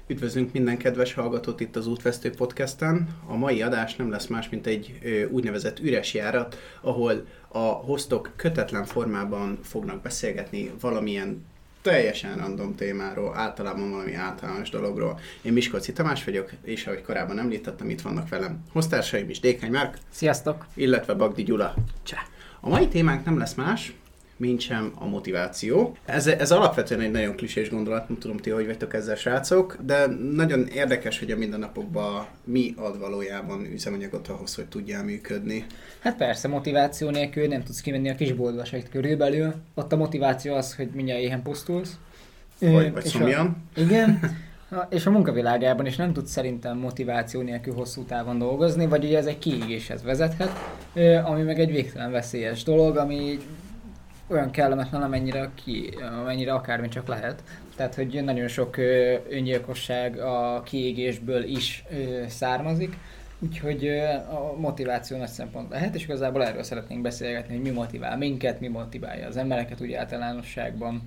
Üdvözlünk minden kedves hallgatót itt az Útvesztő Podcasten. A mai adás nem lesz más, mint egy úgynevezett üres járat, ahol a hostok kötetlen formában fognak beszélgetni valamilyen teljesen random témáról, általában valami általános dologról. Én Miskolci Tamás vagyok, és ahogy korábban említettem, itt vannak velem hoztársaim is, Dékány Márk. Sziasztok! Illetve Bagdi Gyula. Csá! A mai témánk nem lesz más, mint sem a motiváció. Ez alapvetően egy nagyon klisés gondolat, nem tudom ti, hogy vagytok ezzel, srácok, de nagyon érdekes, hogy a mindennapokban mi ad valójában üzemanyagot ahhoz, hogy tudjál működni. Hát persze, motiváció nélkül nem tudsz kimenni a kisboltba se körülbelül. Ott a motiváció az, hogy mindjárt éhen pusztulsz. Vagy szomjan. Igen. És a munkavilágában is nem tudsz szerintem motiváció nélkül hosszú távon dolgozni, vagy ugye ez egy kiégéshez vezethet, ami meg egy végtelen veszélyes dolog, ami olyan kellemetlen, amennyire akármi csak lehet. Tehát, hogy nagyon sok öngyilkosság a kiégésből is származik, úgyhogy a motiváció nagy szempont lehet, és igazából erről szeretnénk beszélgetni, hogy mi motivál minket, mi motiválja az embereket úgy általánosságban.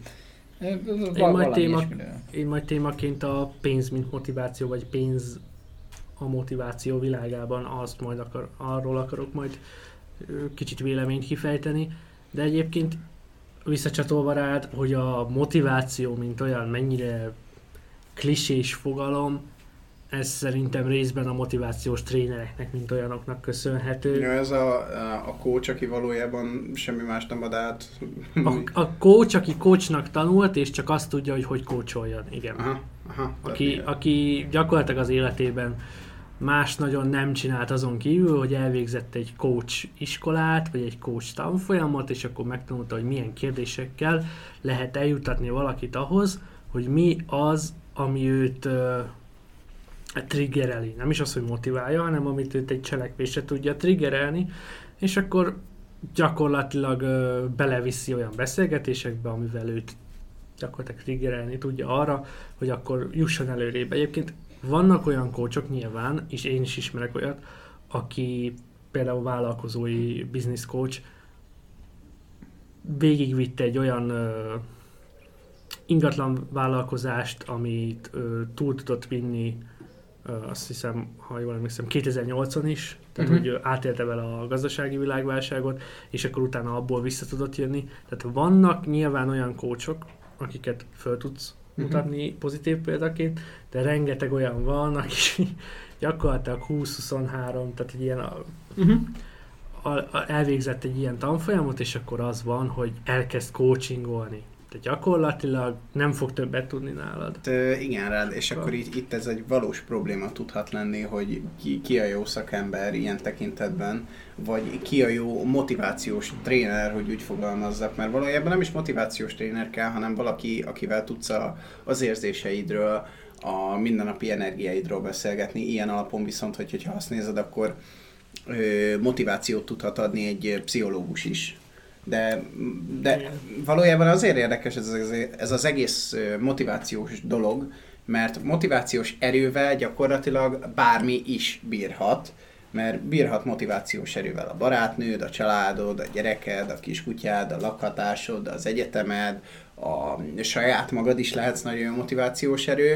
Én majd témaként a pénz, mint motiváció, vagy pénz a motiváció világában, arról akarok majd kicsit véleményt kifejteni, de egyébként visszacsatolva rád, hogy a motiváció, mint olyan mennyire klisés fogalom, ez szerintem részben a motivációs trénereknek, mint olyanoknak köszönhető. Ja, ez a coach, aki valójában semmi más nem ad át. A coach, aki coachnak tanult, és csak azt tudja, hogy coacholjon, igen. Aha, aki gyakorlatilag az életében más nagyon nem csinált azon kívül, hogy elvégzett egy coach iskolát, vagy egy coach tanfolyamot, és akkor megtanulta, hogy milyen kérdésekkel lehet eljutatni valakit ahhoz, hogy mi az, ami őt triggereli. Nem is az, hogy motiválja, hanem amit őt egy cselekvésre tudja triggerelni, és akkor gyakorlatilag beleviszi olyan beszélgetésekbe, amivel őt gyakorlatilag triggerelni tudja arra, hogy akkor jusson előrébb. Egyébként vannak olyan coachok nyilván, és én is ismerek olyat, aki például vállalkozói business coach végigvitte egy olyan ingatlan vállalkozást, amit túl tudott vinni, azt hiszem, ha jól emlékszem, 2008-on is, tehát hogy átélte vele a gazdasági világválságot, és akkor utána abból vissza tudott jönni. Tehát vannak nyilván olyan coachok, akiket föl tudsz mutatni pozitív példaként, de rengeteg olyan van, aki gyakorlatilag 20-23, tehát egy ilyen elvégzett egy ilyen tanfolyamot, és akkor az van, hogy elkezd coachingolni. Tehát gyakorlatilag nem fog többet tudni nálad. Igen, rád, és akkor itt ez egy valós probléma tudhat lenni, hogy ki a jó szakember ilyen tekintetben, vagy ki a jó motivációs tréner, hogy úgy fogalmazzak, mert valójában nem is motivációs tréner kell, hanem valaki, akivel tudsz az érzéseidről, a mindennapi energiáidról beszélgetni. Ilyen alapon viszont, hogyha azt nézed, akkor motivációt tudhat adni egy pszichológus is. De valójában azért érdekes ez az egész motivációs dolog, mert motivációs erővel gyakorlatilag bármi is bírhat, mert bírhat motivációs erővel a barátnőd, a családod, a gyereked, a kiskutyád, a lakhatásod, az egyetemed, a saját magad is lehetsz nagyon motivációs erő.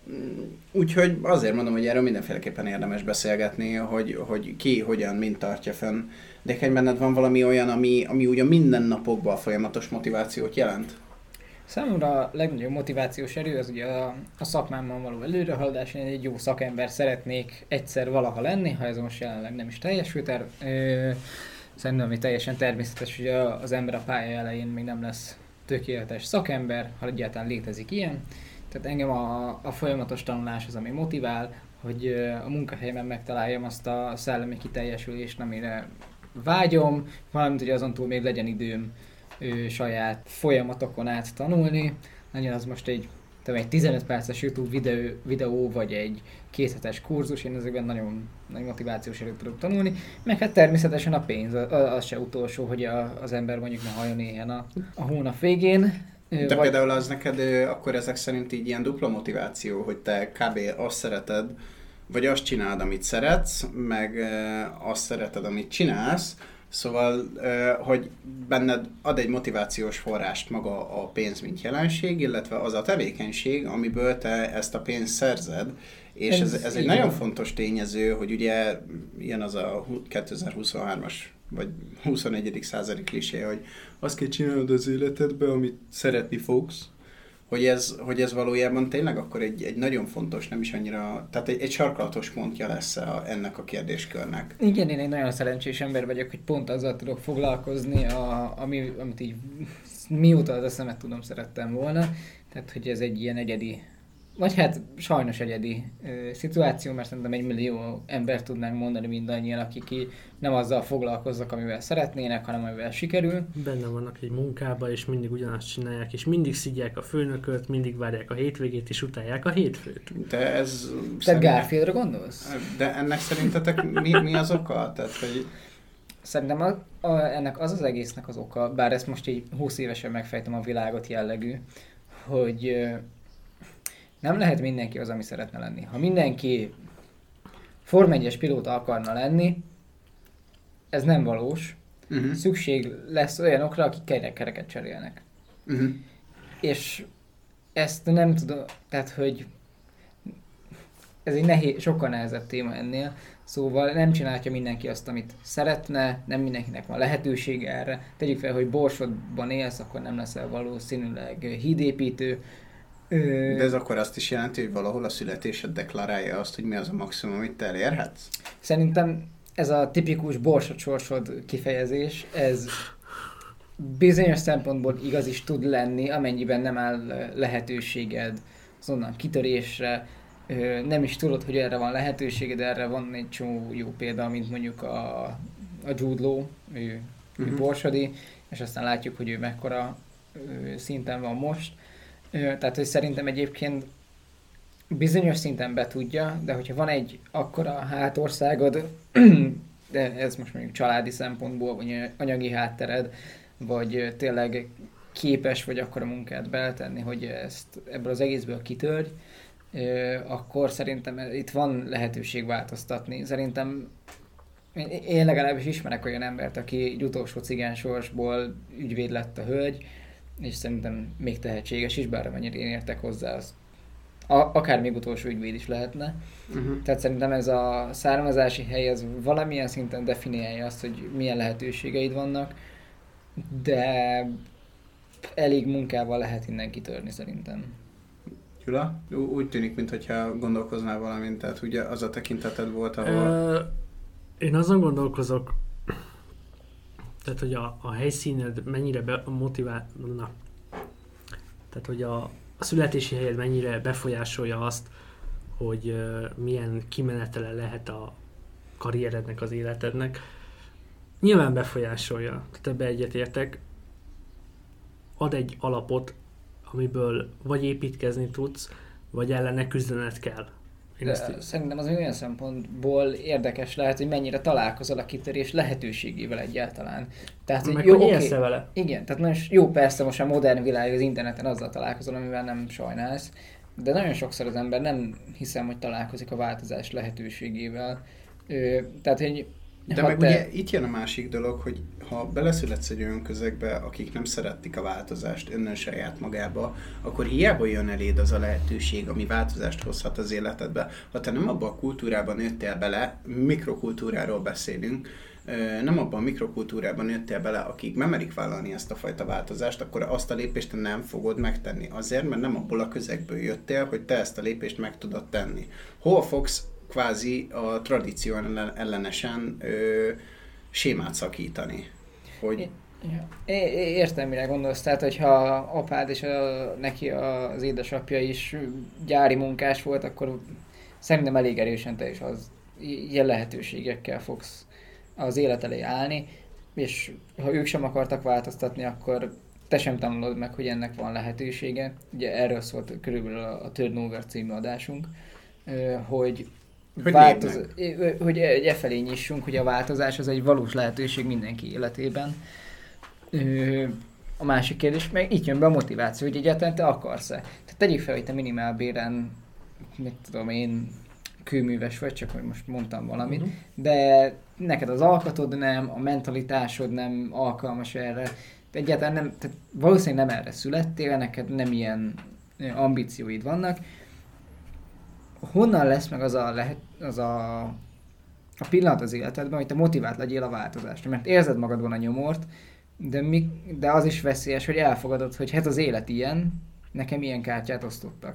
Úgyhogy azért mondom, hogy erről mindenféleképpen érdemes beszélgetni, hogy ki, hogyan, mint tartja fönn. De benned van valami olyan, ami úgy a mindennapokban folyamatos motivációt jelent? Számomra a legnagyobb motivációs erő az ugye a szakmámmal való előrehaladás. Én egy jó szakember szeretnék egyszer valaha lenni, ha ez most jelenleg nem is teljesült. Szerintem ami teljesen természetes, hogy az ember a pálya elején még nem lesz tökéletes szakember, ha egyáltalán létezik ilyen. Tehát engem a folyamatos tanulás az, ami motivál, hogy a munkahelyemen megtaláljam azt a szellemi kiteljesülést, amire vágyom, valamint hogy azon túl még legyen időm saját folyamatokon át tanulni. Legyen az most egy 15 perces YouTube videó, vagy egy 2 hetes kurzus, én ezekben nagyon nagy motivációs erőt tudok tanulni. Meg hát természetesen a pénz, az se utolsó, hogy az ember mondjuk ne halljon éhen a hónap végén. De például az neked akkor ezek szerint így ilyen dupla motiváció, hogy te kb. Azt szereted, vagy azt csinálod, amit szeretsz, meg azt szereted, amit csinálsz, Szóval, hogy benned ad egy motivációs forrást maga a pénz, mint jelenség, illetve az a tevékenység, amiből te ezt a pénzt szerzed, és ez egy nagyon fontos tényező, hogy ugye ilyen az a 2023-as vagy 21. századi klisé, hogy azt kell csinálod az életedbe, amit szeretni fogsz, hogy ez valójában tényleg akkor egy nagyon fontos, nem is annyira, tehát egy sarkalatos pontja lesz ennek a kérdéskörnek. Igen, én egy nagyon szerencsés ember vagyok, hogy pont azzal tudok foglalkozni, amit így mióta az eszemet tudom, szerettem volna. Tehát, hogy ez egy ilyen egyedi, vagy hát sajnos egyedi szituáció, mert szerintem 1 millió embert tudnánk mondani mindannyian, akik nem azzal foglalkoznak, amivel szeretnének, hanem amivel sikerül. Benne vannak egy munkába, és mindig ugyanazt csinálják, és mindig szidják a főnököt, mindig várják a hétvégét, és utálják a hétfőt. De ez... Te Garfieldra gondolsz? De ennek szerintetek mi az oka? Tehát, hogy... Szerintem ennek az egésznek az oka, bár ezt most így 20 évesen megfejtem a világot jellegű, hogy nem lehet mindenki az, ami szeretne lenni. Ha mindenki Form 1-es pilóta akarna lenni, ez nem valós. Szükség lesz olyanokra, akik kereket cserélnek. És ezt nem tudom, tehát hogy ez egy sokkal nehezebb téma ennél, szóval nem csinálja mindenki azt, amit szeretne, nem mindenkinek van lehetősége erre. Tegyük fel, hogy Borsodban élsz, akkor nem leszel valószínűleg hídépítő. De ez akkor azt is jelenti, hogy valahol a születésed deklarálja azt, hogy mi az a maximum, amit te elérhetsz? Szerintem ez a tipikus borsod-sorsod kifejezés, ez bizonyos szempontból igaz is tud lenni, amennyiben nem áll lehetőséged azonnal kitörésre, nem is tudod, hogy erre van lehetőséged, erre van egy csomó jó példa, mint mondjuk a Jude Law, ő borsodi, és aztán látjuk, hogy ő mekkora szinten van most. Tehát, hogy szerintem egyébként bizonyos szinten be tudja, de hogyha van egy akkora hátországod, de ez most mondjuk családi szempontból, vagy anyagi háttered, vagy tényleg képes vagy akkora munkát beletenni, hogy ebből az egészből kitörj, akkor szerintem itt van lehetőség változtatni. Szerintem én legalábbis ismerek olyan embert, aki egy utolsó cigánysorsból ügyvéd lett a hölgy, és szerintem még tehetséges is, bár amennyire én értek hozzá, az akár még utolsó ügyvéd is lehetne. Tehát szerintem ez a származási hely, ez valamilyen szinten definiálja azt, hogy milyen lehetőségeid vannak, de elég munkával lehet innen kitörni szerintem. Gyula? Úgy tűnik, mintha gondolkoznál valamint, tehát ugye az a tekinteted volt, ahol... Én azon gondolkozok, tehát, hogy a helyszíned mennyire motiválna, tehát, hogy a születési helyed mennyire befolyásolja azt, hogy milyen kimenetele lehet a karrierednek, az életednek. Nyilván befolyásolja, tehát ebbe egyetértek. Ad egy alapot, amiből vagy építkezni tudsz, vagy ellene küzdened kell. Szerintem az olyan szempontból érdekes lehet, hogy mennyire találkozol a kitörés lehetőségével egyáltalán. Tehát, meg jó, hogy élsz vele. Igen, tehát nagyon jó, persze most a modern világ az interneten azzal találkozol, amivel nem sajnálsz, de nagyon sokszor az ember nem hiszem, hogy találkozik a változás lehetőségével. Tehát, hogy de meg ugye itt jön a másik dolog, hogy ha beleszületsz egy olyan közegbe, akik nem szeretik a változást önnön saját magába, akkor hiába jön eléd az a lehetőség, ami változást hozhat az életedbe. Ha te nem abban a kultúrában nőttél bele, mikrokultúráról beszélünk, nem abban a mikrokultúrában nőttél bele, akik nem merik vállalni ezt a fajta változást, akkor azt a lépést nem fogod megtenni. Azért, mert nem abból a közegből jöttél, hogy te ezt a lépést meg tudod tenni. Hol fogsz kvázi a tradíció ellenesen sémát szakítani? Hogy... Értem, mire gondolsz. Tehát, hogyha apád és neki az édesapja is gyári munkás volt, akkor szerintem elég erősen te is az ilyen lehetőségekkel fogsz az élet elé állni, és ha ők sem akartak változtatni, akkor te sem tanulod meg, hogy ennek van lehetősége. Ugye erről szólt körülbelül a Turnover című adásunk, hogy efelé nyissunk, hogy a változás az egy valós lehetőség mindenki életében. A másik kérdés, meg itt jön be a motiváció, hogy egyáltalán te akarsz-e. Tehát tegyük fel, hogy te minimálbéren, mit tudom én, kőműves vagy, csak hogy most mondtam valamit, de neked az alkatod nem, a mentalitásod nem alkalmas erre, egyáltalán nem, tehát valószínűleg nem erre születtél, neked nem ilyen ambícióid vannak. Honnan lesz meg az a pillanat az életedben, hogy te motivált legyél a változásra? Mert érzed magadban a nyomort, de az is veszélyes, hogy elfogadod, hogy hát az élet ilyen, nekem ilyen kártyát osztottak.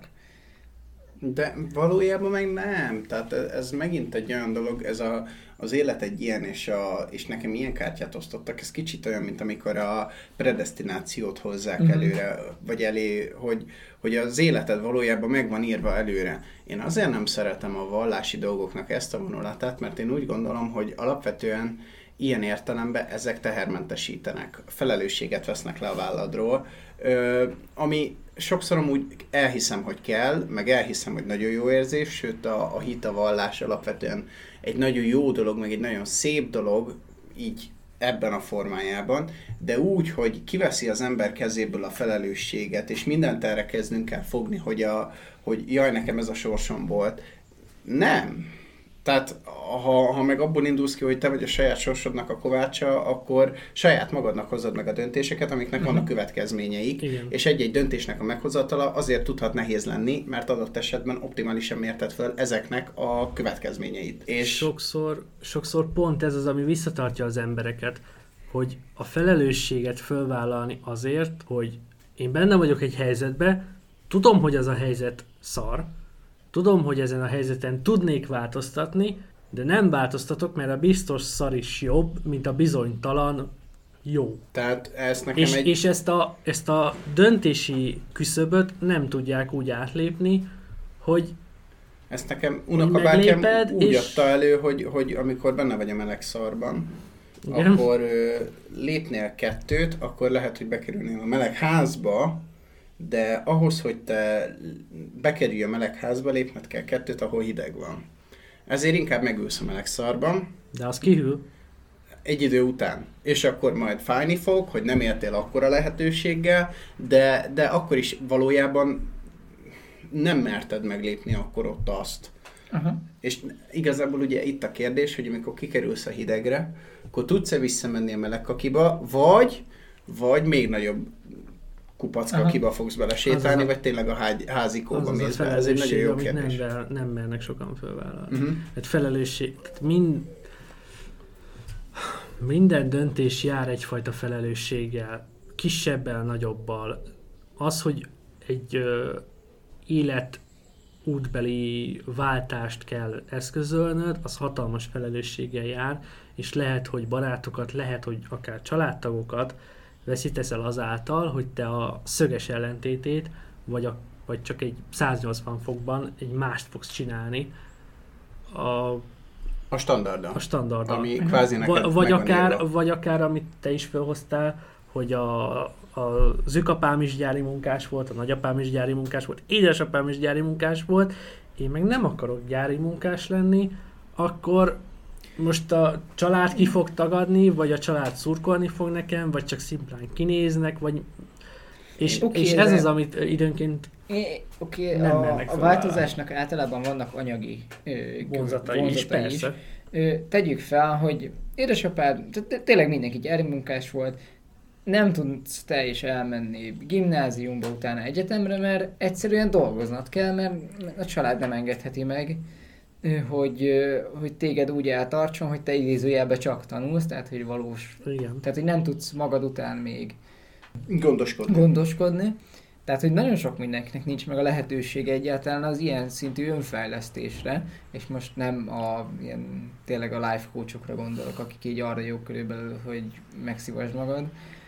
De valójában meg nem. Tehát ez megint egy olyan dolog, az élet egy ilyen, és nekem ilyen kártyát osztottak. Ez kicsit olyan, mint amikor a predesztinációt hozzák előre, vagy elé, hogy az életed valójában meg van írva előre. Én azért nem szeretem a vallási dolgoknak ezt a vonulatát, mert én úgy gondolom, hogy alapvetően ilyen értelemben ezek tehermentesítenek, felelősséget vesznek le a válladról, ami sokszor amúgy elhiszem, hogy kell, meg elhiszem, hogy nagyon jó érzés, sőt a hit, a vallás alapvetően egy nagyon jó dolog, meg egy nagyon szép dolog, így ebben a formájában, de úgy, hogy kiveszi az ember kezéből a felelősséget, és mindent erre kezdünk el fogni, hogy jaj, nekem ez a sorsom volt. Nem. Tehát ha meg abból indulsz ki, hogy te vagy a saját sorsodnak a kovácsa, akkor saját magadnak hozod meg a döntéseket, amiknek vannak következményeik, és egy-egy döntésnek a meghozatala azért tudhat nehéz lenni, mert adott esetben optimálisan mérted fel ezeknek a következményeit. És sokszor pont ez az, ami visszatartja az embereket, hogy a felelősséget fölvállalni azért, hogy én benne vagyok egy helyzetben, tudom, hogy az a helyzet szar, tudom, hogy ezen a helyzeten tudnék változtatni, de nem változtatok, mert a biztos szar is jobb, mint a bizonytalan jó. Tehát ez nekem és ezt a döntési küszöböt nem tudják úgy átlépni, hogy ezt nekem unokabátyám úgy adta elő, hogy amikor benne vagy a meleg szarban, akkor lépnél 2, akkor lehet, hogy bekerülnél a meleg házba, de ahhoz, hogy te bekerülj a meleg házba, lépned kell 2, ahol hideg van. Ezért inkább megülsz a meleg szarban. De az kihűl. Egy idő után. És akkor majd fájni fog, hogy nem értél akkora lehetőséggel, de akkor is valójában nem merted meglépni akkor ott azt. Aha. És igazából ugye itt a kérdés, hogy amikor kikerülsz a hidegre, akkor tudsz-e visszamenni a melegkakiba, vagy még nagyobb kupackakiba fogsz belesétálni, vagy tényleg a házikóba mész be. Ez egy nagyon jó kérdés. Nem mernek sokan fölvállalni. Hát felelősség, minden döntés jár egyfajta felelősséggel, kisebbel, nagyobbal. Az, hogy egy élet útbeli váltást kell eszközölnöd, az hatalmas felelősséggel jár, és lehet, hogy barátokat, lehet, hogy akár családtagokat veszítesz el azáltal, hogy te a szöges ellentétét, vagy csak egy 180 fokban egy mást fogsz csinálni a standarddal. A standarddal. Ami kvázi neked vagy akár, amit te is felhoztál, hogy az őkapám is gyári munkás volt, a nagyapám is gyári munkás volt, édesapám is gyári munkás volt, én meg nem akarok gyári munkás lenni, akkor most a család ki fog tagadni, vagy a család szurkolni fog nekem, vagy csak szimplán kinéznek, vagy... És ez az, amit időnként nem mernek a változásnak általában vannak anyagi vonzatai is, persze. Tegyük fel, hogy édesapád, tényleg mindenki gyári munkás volt, nem tudsz te is elmenni gimnáziumba, utána egyetemre, mert egyszerűen dolgoznod kell, mert a család nem engedheti meg, hogy téged úgy eltartson, hogy te idézőjelben csak tanulsz, tehát hogy valós. Igen. Tehát, hogy nem tudsz magad után még gondoskodni. Tehát, hogy nagyon sok mindenkinek nincs meg a lehetősége egyáltalán az ilyen szintű önfejlesztésre, és most nem tényleg a life coachokra gondolok, akik így arra jók körülbelül, hogy megszívasd magad,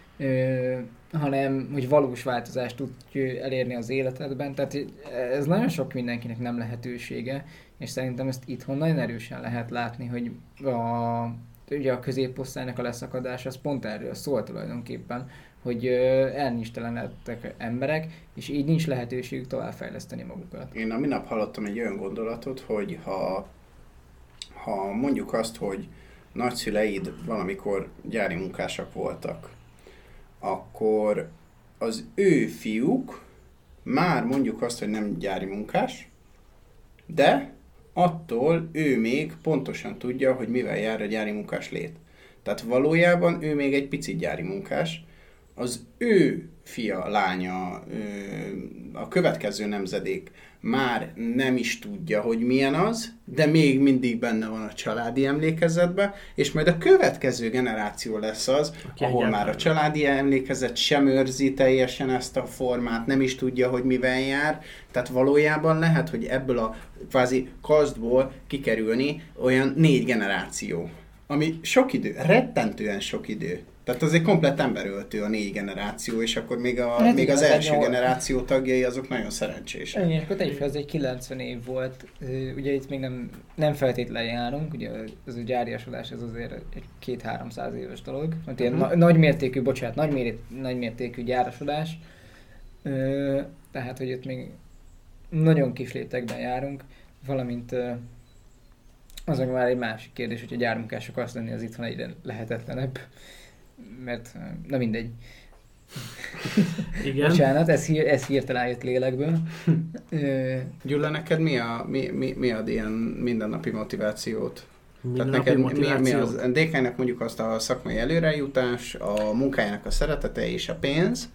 hanem hogy valós változást tudj elérni az életedben. Tehát ez nagyon sok mindenkinek nem lehetősége, és szerintem ezt itthon nagyon erősen lehet látni, hogy ugye a középosztálynak a leszakadás az pont erről szól tulajdonképpen, hogy elnincstelenedtek emberek, és így nincs lehetőségük továbbfejleszteni magukat. Én a minap hallottam egy olyan gondolatot, hogy ha mondjuk azt, hogy nagyszüleid valamikor gyári munkások voltak, akkor az ő fiúk már mondjuk azt, hogy nem gyári munkás, de attól ő még pontosan tudja, hogy mivel jár a gyári munkás lét. Tehát valójában ő még egy picit gyári munkás, az ő fia, lánya, a következő nemzedék már nem is tudja, hogy milyen az, de még mindig benne van a családi emlékezetben, és majd a következő generáció lesz az, ahol már a családi emlékezet sem őrzi teljesen ezt a formát, nem is tudja, hogy mivel jár, tehát valójában lehet, hogy ebből a kvázi kasztból kikerülni olyan 4 generáció, ami sok idő, rettentően sok idő. Tehát az egy komplett emberöltő a 4 generáció, és akkor még az első generáció tagjai azok nagyon szerencsések. Igen, és akkor tegyük fel, ez egy 90 év volt, ugye itt még nem feltétlenül járunk, ugye az a gyáriasodás ez azért egy 200-300 éves dolog, mert ilyen nagymértékű, nagymértékű gyárasodás, tehát hogy itt még nagyon kis léptekben járunk, valamint az már egy másik kérdés, hogy a gyármunkások azt lenni az itthon egyre lehetetlenebb. Mert, na mindegy. Igen. Bocsánat, ez hirtelen jött lélekből. Gyula, neked mi ad ilyen mindennapi motivációt? Mindennapi motivációt? Mi az DK-nek mondjuk azt a szakmai előrejutás, a munkájának a szeretete és a pénz?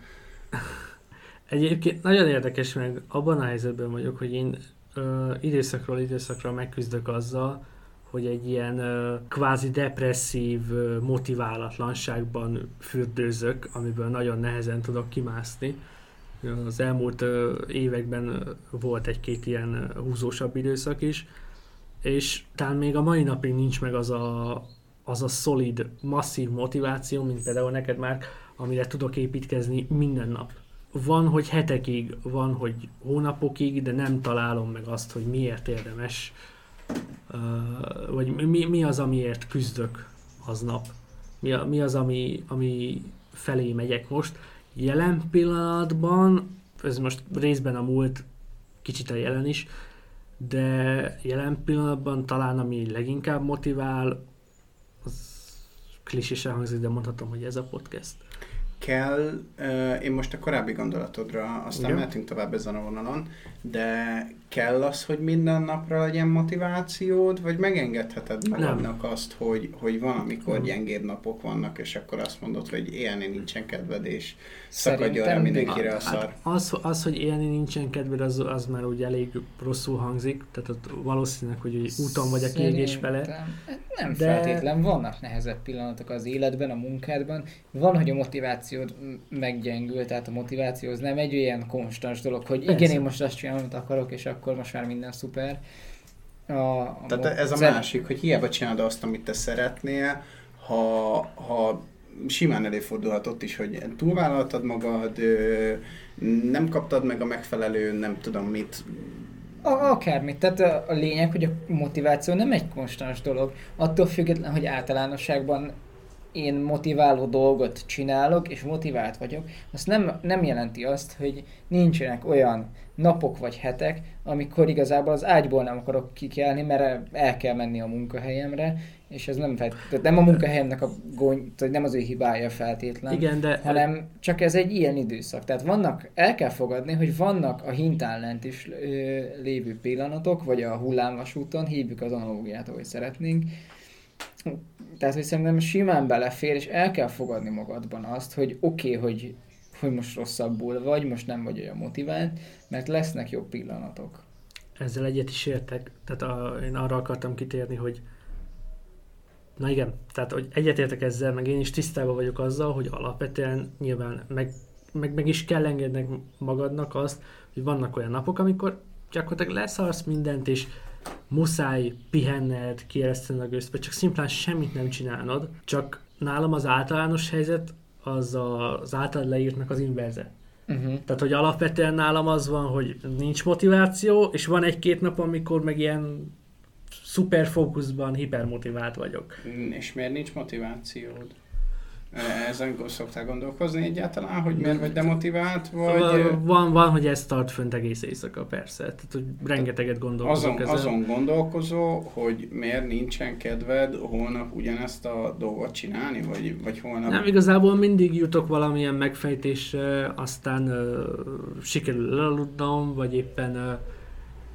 Egyébként nagyon érdekes, meg abban a helyzetben vagyok, hogy én időszakról időszakra megküzdök azzal, hogy egy ilyen kvázi depresszív motiválatlanságban fürdőzök, amiből nagyon nehezen tudok kimászni. Az elmúlt években volt egy-két ilyen húzósabb időszak is, és talán még a mai napig nincs meg az a szolid, masszív motiváció, mint például neked már, amire tudok építkezni minden nap. Van, hogy hetekig, van, hogy hónapokig, de nem találom meg azt, hogy miért érdemes vagy mi az, amiért küzdök aznap? Mi az, ami felé megyek most? Jelen pillanatban, ez most részben a múlt, kicsit a jelen is, de jelen pillanatban talán ami leginkább motivál, az klisésen hangzik, de mondhatom, hogy ez a podcast. Kell, én most a korábbi gondolatodra, aztán mehetünk tovább ezen a vonalon, de kell az, hogy minden napra legyen motivációd, vagy megengedheted magadnak azt, hogy van, amikor gyengébb napok vannak, és akkor azt mondod, hogy élni nincsen kedved, és szakadjon rá mindenkire a szar. Az, hogy élni nincsen kedved, az már úgy elég rosszul hangzik, tehát ott valószínűleg, hogy úton vagy a kiégés fele. Nem feltétlen, vannak nehezebb pillanatok az életben, a munkádban. Van, hogy a motivációd meggyengül, tehát a motiváció az nem egy olyan konstans dolog, hogy igen, én most azt csinálom, amit akarok, és akkor most már minden szuper. Tehát ez a másik, hogy hiába csinálod azt, amit te szeretnél, ha simán előfordulhat ott is, hogy túlvállaltad magad, nem kaptad meg a megfelelő, nem tudom mit. Akármit. Tehát a lényeg, hogy a motiváció nem egy konstans dolog. Attól függetlenül, hogy általánosságban én motiváló dolgot csinálok, és motivált vagyok, azt nem jelenti azt, hogy nincsenek olyan napok vagy hetek, amikor igazából az ágyból nem akarok kikelni, mert el kell menni a munkahelyemre, és ez nem a munkahelyemnek a gond, nem az ő hibája feltétlen, igen, hanem csak ez egy ilyen időszak. Tehát el kell fogadni, hogy vannak a hintán lent is lévő pillanatok, vagy a hullámvasúton, hívjuk az analógiát, ahogy szeretnénk. Tehát, hogy szerintem simán belefér, és el kell fogadni magadban azt, hogy oké, hogy most rosszabbul vagy, most nem vagy olyan motivált, mert lesznek jobb pillanatok. Ezzel egyet is értek. Tehát én arra akartam kitérni, hogy na igen, tehát hogy egyetértek ezzel, meg én is tisztában vagyok azzal, hogy alapvetően nyilván meg is kell engednek magadnak azt, hogy vannak olyan napok, amikor gyakorlatilag leszarsz mindent, és muszáj pihenned, kieresztened a gőzbe, csak szimplán semmit nem csinálnod, csak nálam az általános helyzet az általad leírtnak az inverze. Tehát, hogy alapvetően nálam az van, hogy nincs motiváció, és van egy-két nap, amikor meg ilyen szuper fókuszban hipermotivált vagyok. És miért nincs motivációd? Ezen szoktál gondolkozni egyáltalán, hogy miért vagy demotivált? Vagy... Van, hogy ez tart fönt egész éjszaka, persze. Tehát, hogy rengeteget gondolkozok ezen. Azon gondolkozó, hogy miért nincsen kedved holnap ugyanezt a dolgot csinálni? Vagy holnap... Nem, igazából mindig jutok valamilyen megfejtésre, aztán sikerül elaludnom, vagy éppen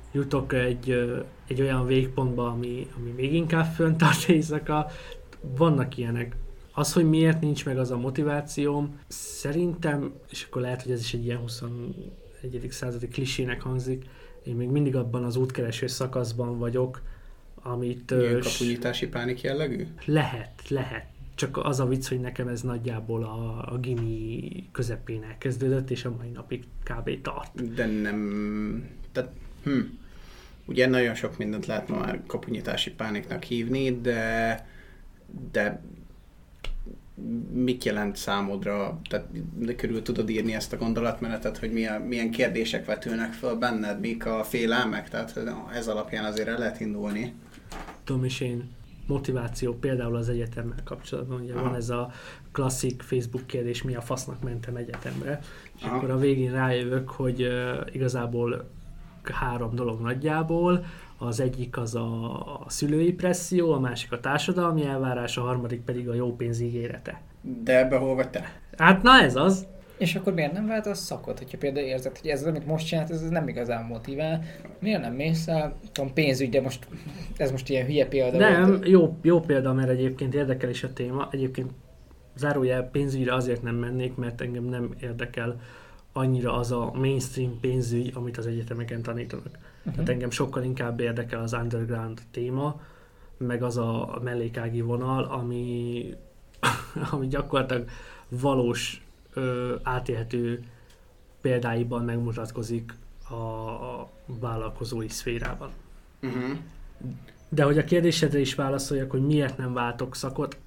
jutok egy olyan végpontba, ami még inkább fönt tart éjszaka. Vannak ilyenek. Az, hogy miért nincs meg az a motivációm, szerintem, és akkor lehet, hogy ez is egy ilyen 21. századi klisének hangzik, én még mindig abban az útkereső szakaszban vagyok, amit... Ilyen kapunyítási pánik jellegű? Lehet. Csak az a vicc, hogy nekem ez nagyjából a gimi közepén elkezdődött, és a mai napig kb. Tart. De nem... Tehát, ugye nagyon sok mindent lehet ma már kapunyítási pániknak hívni, de mit jelent számodra, tehát körül tudod írni ezt a gondolatmenetet, hogy milyen kérdések vetülnek föl benned, mik a félelmek, tehát ez alapján azért el lehet indulni. Tudom is én, motiváció például az egyetemmel kapcsolatban, ugye van ez a klasszik Facebook kérdés, mi a fasznak mentem egyetemre, és akkor a végén rájövök, hogy igazából 3 dolog nagyjából, az egyik az a szülői presszió, a másik a társadalmi elvárás, a harmadik pedig a jó pénz ígérete. De ebbe hol vagy te? Hát na ez az. És akkor miért nem váltasz szakot, hogyha például érzed, hogy ez, amit most csinálsz, ez nem igazán motivál? Miért nem mész el? Tudom, pénzügy, de ez most ilyen hülye példa. Nem, jó példa, mert egyébként érdekel is a téma. Egyébként zárójel pénzügyre azért nem mennék, mert engem nem érdekel annyira az a mainstream pénzügy, amit az egyetemeken tanítanak. Tehát engem sokkal inkább érdekel az underground téma, meg az a mellékági vonal, ami gyakorlatilag valós átélhető példáiban megmutatkozik a vállalkozói szférában. De hogy a kérdésedre is válaszoljak, hogy miért nem váltok szakot,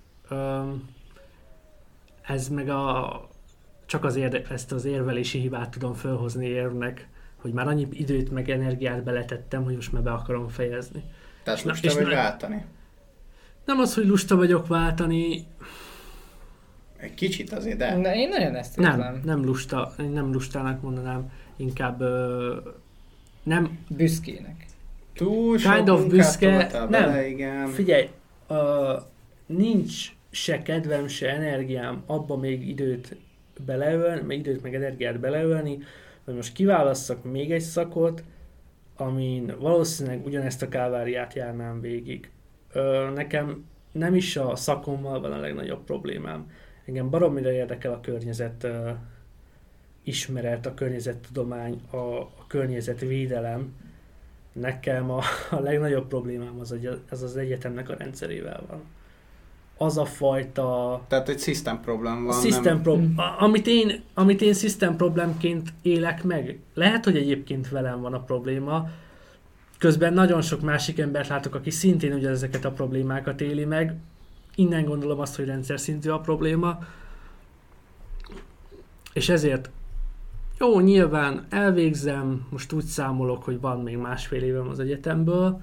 ez meg csak ezt az érvelési hibát tudom felhozni érvnek, hogy már annyi időt meg energiát beletettem, hogy most már be akarom fejezni. Tehát lusta vagy váltani? Nem az, hogy lusta vagyok váltani. Egy kicsit azért, de... Na, én nagyon ezt érzem. Nem lusta, én nem lustának mondanám, inkább nem... Büszkének. Túl kind of büszke, nem. Bele, igen. Figyelj, nincs se kedvem, se energiám abba még időt meg energiát beleölni, hogy most kiválasszak még egy szakot, amin valószínűleg ugyanezt a káváriát járnám végig. Nekem nem is a szakommal van a legnagyobb problémám. Engem baromira érdekel a környezet ismeret, a környezettudomány, a környezetvédelem. Nekem a legnagyobb problémám az egyetemnek a rendszerével van. Az a fajta... Tehát egy system problem van. Amit én system problemként élek meg. Lehet, hogy egyébként velem van a probléma. Közben nagyon sok másik embert látok, aki szintén ugyanezeket a problémákat éli meg. Innen gondolom azt, hogy rendszer szintű a probléma. És ezért jó, nyilván elvégzem, most úgy számolok, hogy van még 1,5 évem az egyetemből,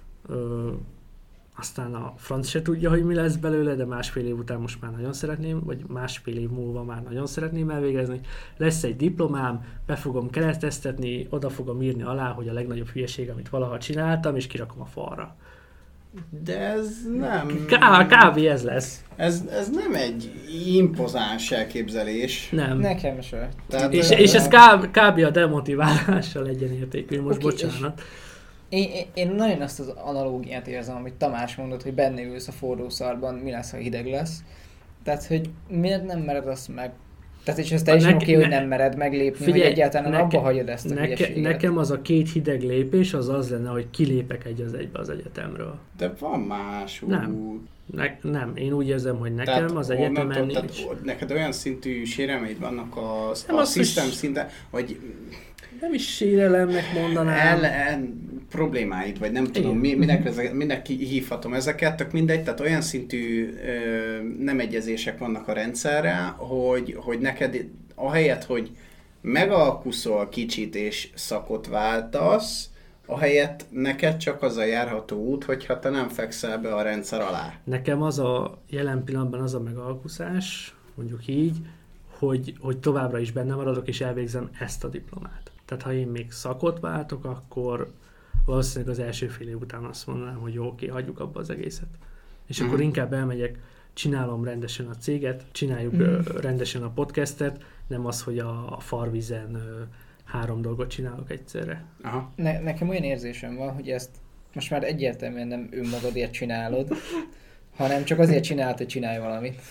aztán a franc se tudja, hogy mi lesz belőle, de 1,5 év után most már nagyon szeretném, vagy 1,5 év múlva már nagyon szeretném elvégezni. Lesz egy diplomám, be fogom kereszteztetni, oda fogom írni alá, hogy a legnagyobb hülyeség, amit valaha csináltam, és kirakom a falra. De ez nem... Kb. Ez lesz. Ez nem egy impozáns elképzelés. Nem. Nekem se. Tehát, és ez kb. A demotiválással egyenértékű, most bocsánat. Én nagyon azt az analógiát érzem, amit Tamás mondott, hogy benne ülsz a forró szarban, mi lesz, ha hideg lesz. Tehát, hogy miért nem mered azt meg... Tehát, és ez teljesen oké, hogy nem mered meglépni, figyelj, hogy egyáltalán abba hagyod ezt a hülyeséget. Nekem az a 2 hideg lépés az lenne, hogy kilépek egy az egybe az egyetemről. De van más út. Nem, én úgy érzem, hogy nekem tehát az egyetemen nincs. Neked olyan szintű sérelmeid vannak a system szinten, hogy... Nem is sérelemnek mondanám. Problémáid, vagy nem tudom, minek hívhatom ezeket, tök mindegy, tehát olyan szintű nem egyezések vannak a rendszerre, hogy neked ahelyett, hogy megalkuszol kicsit és szakot váltasz, ahelyett neked csak az a járható út, hogyha te nem fekszel be a rendszer alá. Nekem az a jelen pillanatban az a megalkuszás, mondjuk így, hogy továbbra is benne maradok és elvégzem ezt a diplomát. Tehát ha én még szakot váltok, akkor valószínűleg az első fél év után azt mondanám, hogy jó, oké, hagyjuk abba az egészet. És akkor inkább elmegyek, csinálom rendesen a céget, csináljuk rendesen a podcastet, nem az, hogy a farvizen 3 dolgot csinálok egyszerre. Aha. Nekem olyan érzésem van, hogy ezt most már egyértelműen nem önmagadért csinálod, hanem csak azért csinálod, hogy csinálj valamit.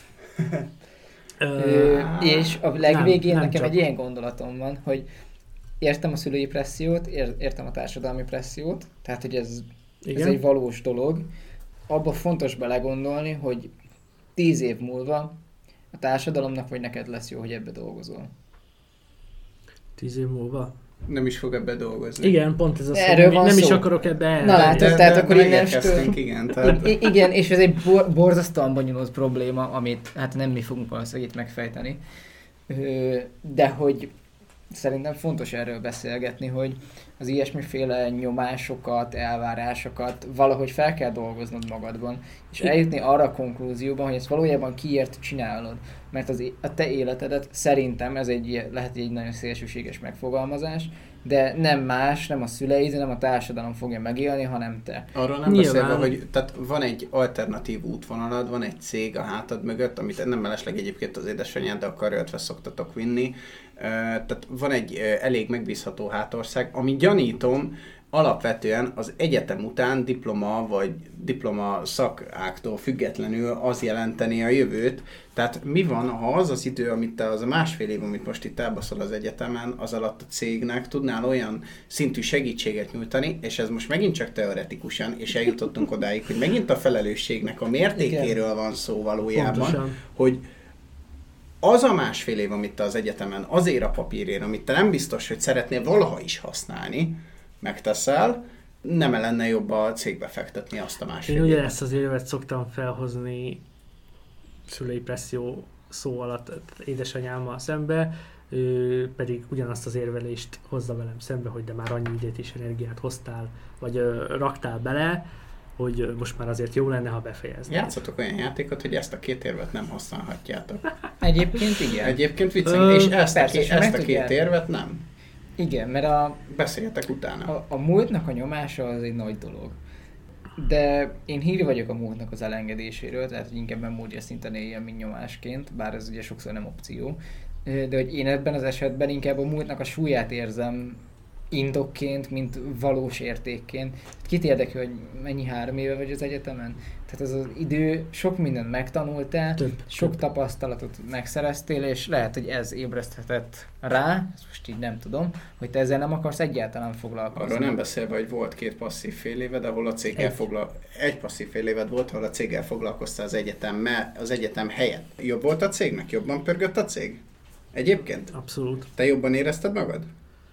És a legvégén nem nekem csak. egy ilyen gondolatom van, hogy értem a szülői pressziót, értem a társadalmi pressziót, tehát hogy ez egy valós dolog. Abba fontos belegondolni, hogy 10 év múlva a társadalomnak vagy neked lesz jó, hogy ebbe dolgozol. 10 év múlva? Nem is fog ebbe dolgozni. Igen, pont ez a szó. Erről van Nem szó. is akarok ebbe elmenni. Na látod, tehát akkor megérkeztünk, igen. Tehát... Igen, és ez egy borzasztóan bonyolult probléma, amit hát nem mi fogunk valószínűleg itt megfejteni. De hogy szerintem fontos erről beszélgetni, hogy az ilyesmiféle nyomásokat, elvárásokat valahogy fel kell dolgoznod magadban, és eljutni arra a konklúzióban, hogy ezt valójában kiért csinálod. Mert a te életedet szerintem, ez lehet egy nagyon szélsőséges megfogalmazás, de nem más, nem a szüleid, nem a társadalom fogja megélni, hanem te. Arról nem beszélve, hogy tehát van egy alternatív útvonalad, van egy cég a hátad mögött, amit nem mellesleg egyébként az édesanyád, de a karöltve szoktatok vinni. Tehát van egy elég megbízható hátország, ami gyanítom, alapvetően az egyetem után diploma vagy diploma szakáktól függetlenül az jelenteni a jövőt. Tehát mi van, ha az az idő, amit te, az a 1,5 év, amit most itt elbaszol az egyetemen, az alatt a cégnek tudnál olyan szintű segítséget nyújtani, és ez most megint csak teoretikusan, és eljutottunk odáig, hogy megint a felelősségnek a mértékéről van szó valójában, pontosan. hogy az a 1,5 év, amit te az egyetemen azért a papírért, amit te nem biztos, hogy szeretnél valaha is használni, megteszel, nem lenne jobb a cégbe fektetni azt a 1,5 Én évet. ugye ezt az érvet szoktam felhozni szülői presszió szó alatt édesanyámmal szembe, ő pedig ugyanazt az érvelést hozza velem szembe, hogy de már annyi időt és energiát hoztál, vagy raktál bele, hogy most már azért jó lenne, ha befejeznéd. Játszatok olyan játékot, hogy ezt a 2 érvet nem használhatjátok. Egyébként igen. Egyébként viccen, és ezt persze, a 2 érvet nem. Igen, mert Beszéljetek utána. a múltnak a nyomása az egy nagy dolog. De én hív vagyok a múltnak az elengedéséről, tehát hogy inkább memória szinten éljen, mint nyomásként, bár ez ugye sokszor nem opció. De hogy én ebben az esetben inkább a múltnak a súlyát érzem indokként, mint valós értékként. Kit érdekel, hogy mennyi 3 éve vagy az egyetemen? Tehát ez az idő, sok mindent megtanultál, sok tapasztalatot megszereztél, és lehet, hogy ez ébreszthetett rá, ezt most így nem tudom, hogy te ezzel nem akarsz egyáltalán foglalkozni. Arról nem beszélve, hogy volt 2 passzív fél éved, ahol a céggel egy passzív fél éved volt, ahol a céggel foglalkoztál az egyetem helyett. Jobb volt a cégnek? Jobban pörgött a cég? Egyébként? Abszolút. Te jobban érezted magad?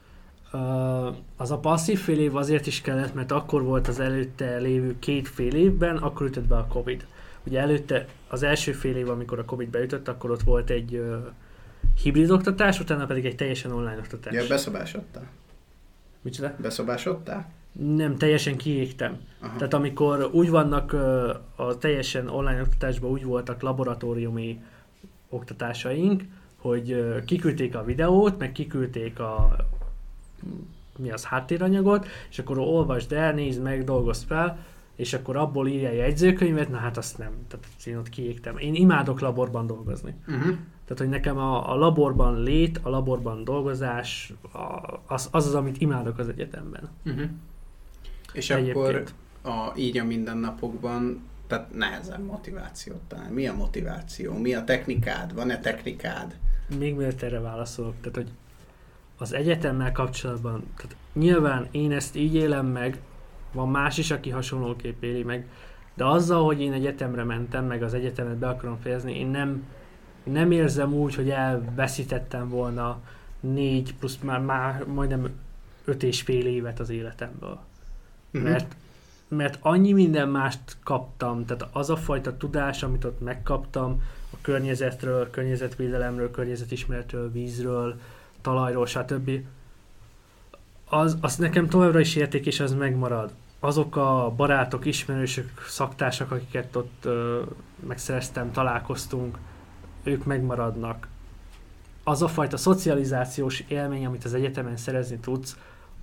Az a passzív fél év azért is kellett, mert akkor volt az előtte lévő 2 fél évben, akkor ütött be a Covid. Ugye előtte az első fél év, amikor a Covid beütött, akkor ott volt egy hibrid oktatás, utána pedig egy teljesen online oktatás. Ja, beszobásodtál. Micsoda? Beszobásodtál? Nem, teljesen kiégtem. Aha. Tehát amikor úgy vannak a teljesen online oktatásban, úgy voltak laboratóriumi oktatásaink, hogy kiküldték a videót, meg kiküldték a háttéranyagot, és akkor olvasd el, nézd meg, dolgozd fel, és akkor abból írja a jegyzőkönyvet, na hát azt nem. Tehát én ott kiégtem. Én imádok laborban dolgozni. Uh-huh. Tehát, hogy nekem a laborban lét, a laborban dolgozás, az, amit imádok az egyetemben. Uh-huh. És Egyébként. akkor így a mindennapokban, tehát nehezen motivációt találni. Mi a motiváció? Mi a technikád? Van-e technikád? Még mielőtt erre válaszolok, tehát, hogy az egyetemmel kapcsolatban, tehát nyilván én ezt így élem meg, van más is, aki hasonlóképp éli meg, de azzal, hogy én egyetemre mentem, meg az egyetemet be akarom fejezni, én nem érzem úgy, hogy elveszítettem volna 4 plusz már majdnem 5,5 évet az életemből. Uh-huh. Mert annyi minden mást kaptam, tehát az a fajta tudás, amit ott megkaptam, a környezetről, környezetvédelemről, környezetismeretről, vízről, talajról, stb. Az nekem továbbra is érték, és az megmarad. Azok a barátok, ismerősök, szaktársak, akiket ott megszereztem, találkoztunk, ők megmaradnak. Az a fajta szocializációs élmény, amit az egyetemen szerezni tudsz,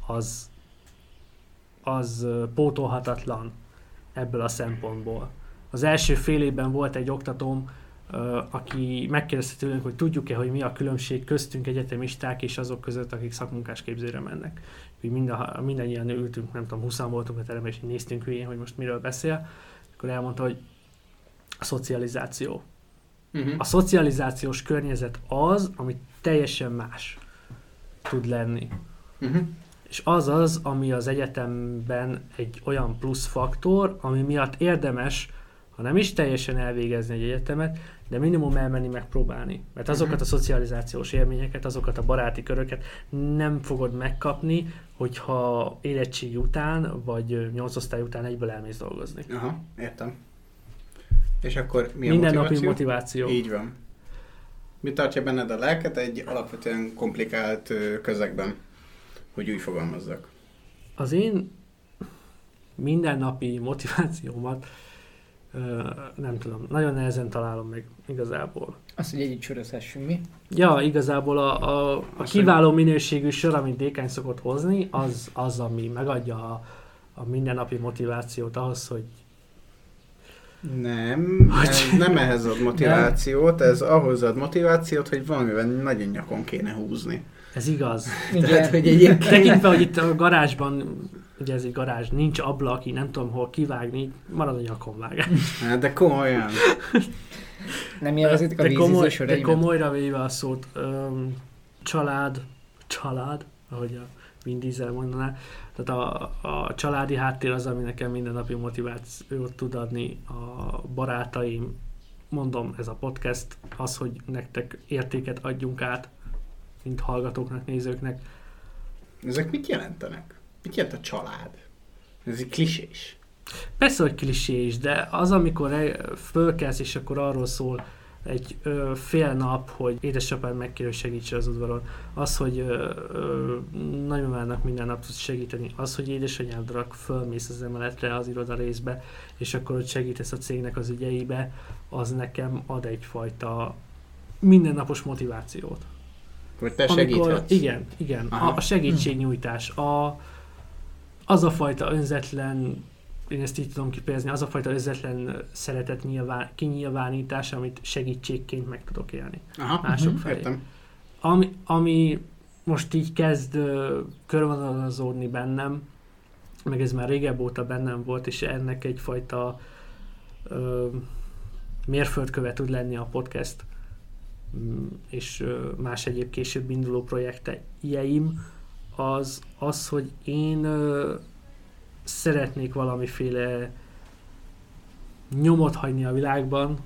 az pótolhatatlan ebből a szempontból. Az első fél évben volt egy oktatóm, aki megkérdezte tőlünk, hogy tudjuk-e, hogy mi a különbség köztünk egyetemisták és azok között, akik szakmunkás képzőre mennek. Úgy mindannyian ültünk, nem tudom, 20-an voltunk a teremben, és néztünk hülyén, hogy most miről beszél. Akkor elmondta, hogy a szocializáció. A szocializációs környezet az, ami teljesen más tud lenni. És az, ami az egyetemben egy olyan plusz faktor, ami miatt érdemes, ha nem is teljesen elvégezni egy egyetemet, de minimum elmenni megpróbálni. Mert azokat a szocializációs élményeket, azokat a baráti köröket nem fogod megkapni, hogyha érettségi után, vagy 8 osztály után egyből elmész dolgozni. Aha, értem. És akkor mi a mindennapi motiváció? Így van. Mi tartja benned a lelket egy alapvetően komplikált közegben, hogy úgy fogalmazzak? Az én mindennapi motivációmat nem tudom, nagyon nehezen találom meg igazából. Azt, hogy együtt sörözhessünk mi? Ja, igazából a kiváló minőségű sör, amit Dékány szokott hozni, az ami megadja a mindennapi motivációt ahhoz, hogy nem ehhez ad motivációt, ez ahhoz ad motivációt, hogy valamivel nagyon nyakon kéne húzni. Ez igaz. Tehát, hogy egyébként... Tekintve, hogy itt a garázsban, ugye ez egy garázs, nincs ablak, így nem tudom hol kivágni, marad a nyakonvágás. Hát de komolyan. Nem élvezitek a vízíző söreimet? De komolyra véve a szót, család, ahogy a Vin Diesel mondaná, tehát a családi háttér az, ami nekem mindennapi motivációt tud adni, a barátaim, mondom, ez a podcast, az, hogy nektek értéket adjunk át, mint hallgatóknak, nézőknek. Ezek mit jelentenek? Mit jelent a család? Ez egy klisés. Persze, hogy klisés, de az, amikor fölkelsz, és akkor arról szól egy fél nap, hogy édesapád megkér, hogy segítse az udvaron, az, hogy nagymamának minden nap tudsz segíteni, az, hogy édesanyádra fölmész az emeletre, az iroda részbe, és akkor ott segítesz a cégnek az ügyeibe, az nekem ad egyfajta mindennapos motivációt. Hogy te segíthetsz. Igen. A segítségnyújtás, az a fajta önzetlen, én ezt így tudom kifejezni, az a fajta önzetlen szeretet kinyilvánítás, amit segítségként meg tudok élni. Mások felé. Értem. Ami most így kezd körvonalazódni bennem, meg ez már régebb óta bennem volt, és ennek egyfajta mérföldköve tud lenni a podcast, és más egyéb később induló projektjeim, az, hogy én szeretnék valamiféle nyomot hagyni a világban,